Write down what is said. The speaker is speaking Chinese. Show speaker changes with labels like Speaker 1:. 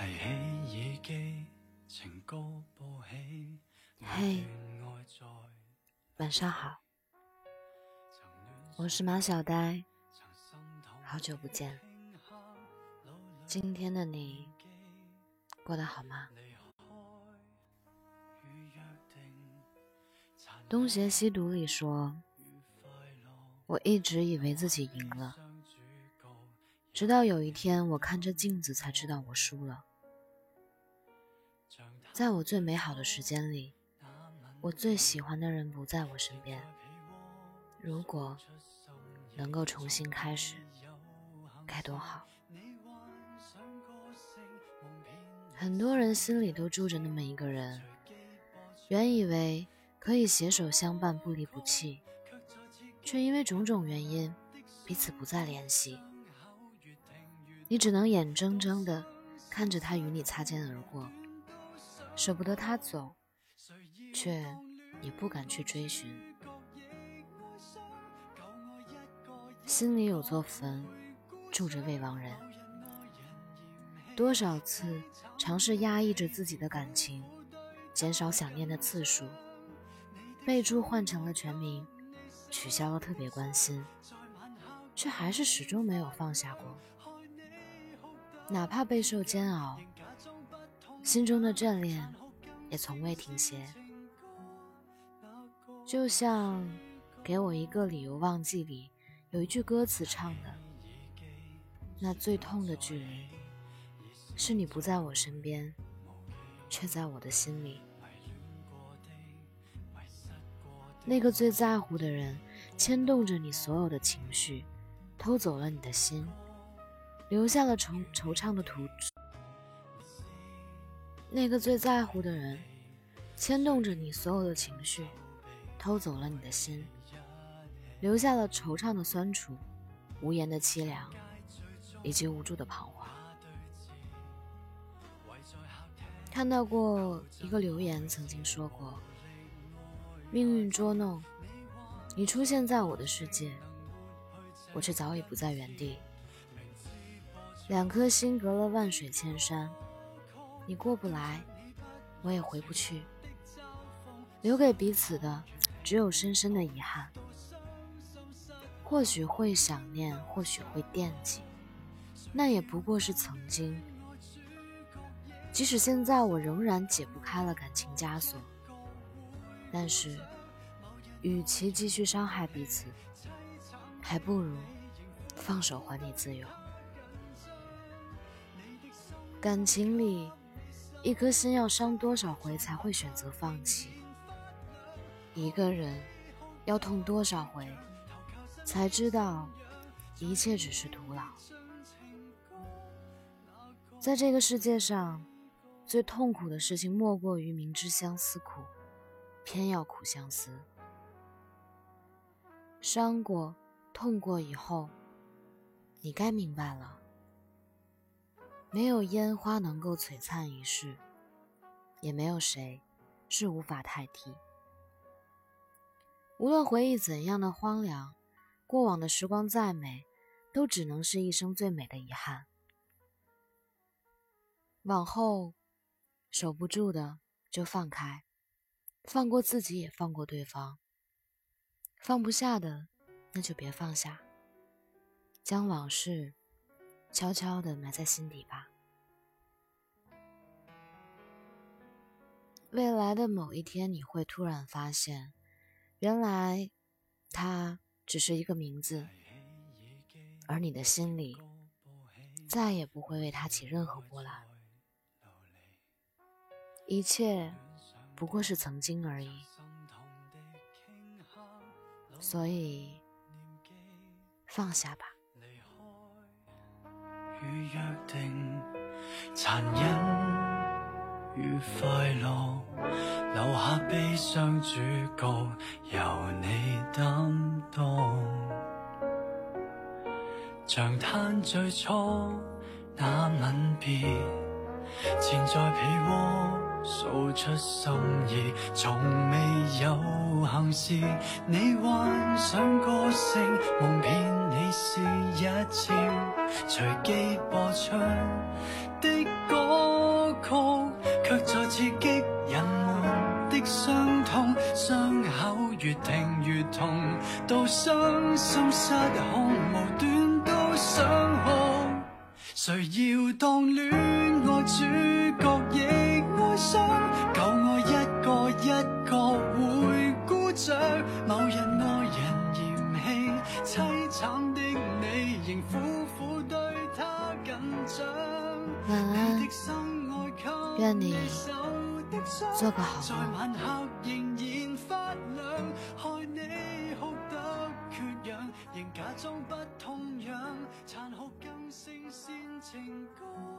Speaker 1: 嘿，晚上好，我是马小呆，好久不见。今天的你过得好吗？东邪西毒里说，我一直以为自己赢了，直到有一天我看着镜子才知道我输了。在我最美好的时间里，我最喜欢的人不在我身边，如果能够重新开始，该多好。很多人心里都住着那么一个人，原以为可以携手相伴不离不弃，却因为种种原因彼此不再联系。你只能眼睁睁地看着他与你擦肩而过，舍不得他走，却也不敢去追寻。心里有座坟，住着未亡人。多少次尝试压抑着自己的感情，减少想念的次数，备注换成了全名，取消了特别关心，却还是始终没有放下过。哪怕备受煎熬，心中的眷恋也从未停歇。就像给我一个理由忘记里有一句歌词唱的，那最痛的距离是你不在我身边，却在我的心里。那个最在乎的人牵动着你所有的情绪，偷走了你的心，留下了惆怅的图纸。那个最在乎的人牵动着你所有的情绪，偷走了你的心，留下了惆怅的酸楚，无言的凄凉，以及无助的彷徨。看到过一个留言曾经说过，命运捉弄你，出现在我的世界，我却早已不在原地。两颗心隔了万水千山，你过不来，我也回不去，留给彼此的只有深深的遗憾。或许会想念，或许会惦记，那也不过是曾经。即使现在我仍然解不开了感情枷锁，但是与其继续伤害彼此，还不如放手还你自由。感情里，一颗心要伤多少回才会选择放弃？一个人要痛多少回才知道一切只是徒劳？在这个世界上，最痛苦的事情莫过于明知相思苦，偏要苦相思。伤过痛过以后，你该明白了，没有烟花能够璀璨一世，也没有谁是无法代替。无论回忆怎样的荒凉，过往的时光再美，都只能是一生最美的遗憾。往后守不住的就放开，放过自己也放过对方，放不下的那就别放下，将往事悄悄地埋在心底吧。未来的某一天，你会突然发现，原来它只是一个名字，而你的心里再也不会为它起任何波澜。一切不过是曾经而已，所以放下吧。
Speaker 2: 与約定殘忍與快樂，留下悲傷主角由你擔當，長嘆最初那吻別，纏在被窩訴出心意，從未有幸事。你幻想歌聲夢騙你是一次隨機播出的歌曲，却再刺激人們的傷痛。傷口越停越痛，到傷心失控，無端都想哭。誰要當戀愛主角亦愛傷，舊愛一個一個會鼓掌。某日愛人嫌棄凄慘的你，仍苦苦對他緊張。
Speaker 1: 晚安，願你做個好夢。
Speaker 2: 晚黑仍然發亮，害你哭得缺氧，仍假裝不痛癢，殘酷更勝煽情歌。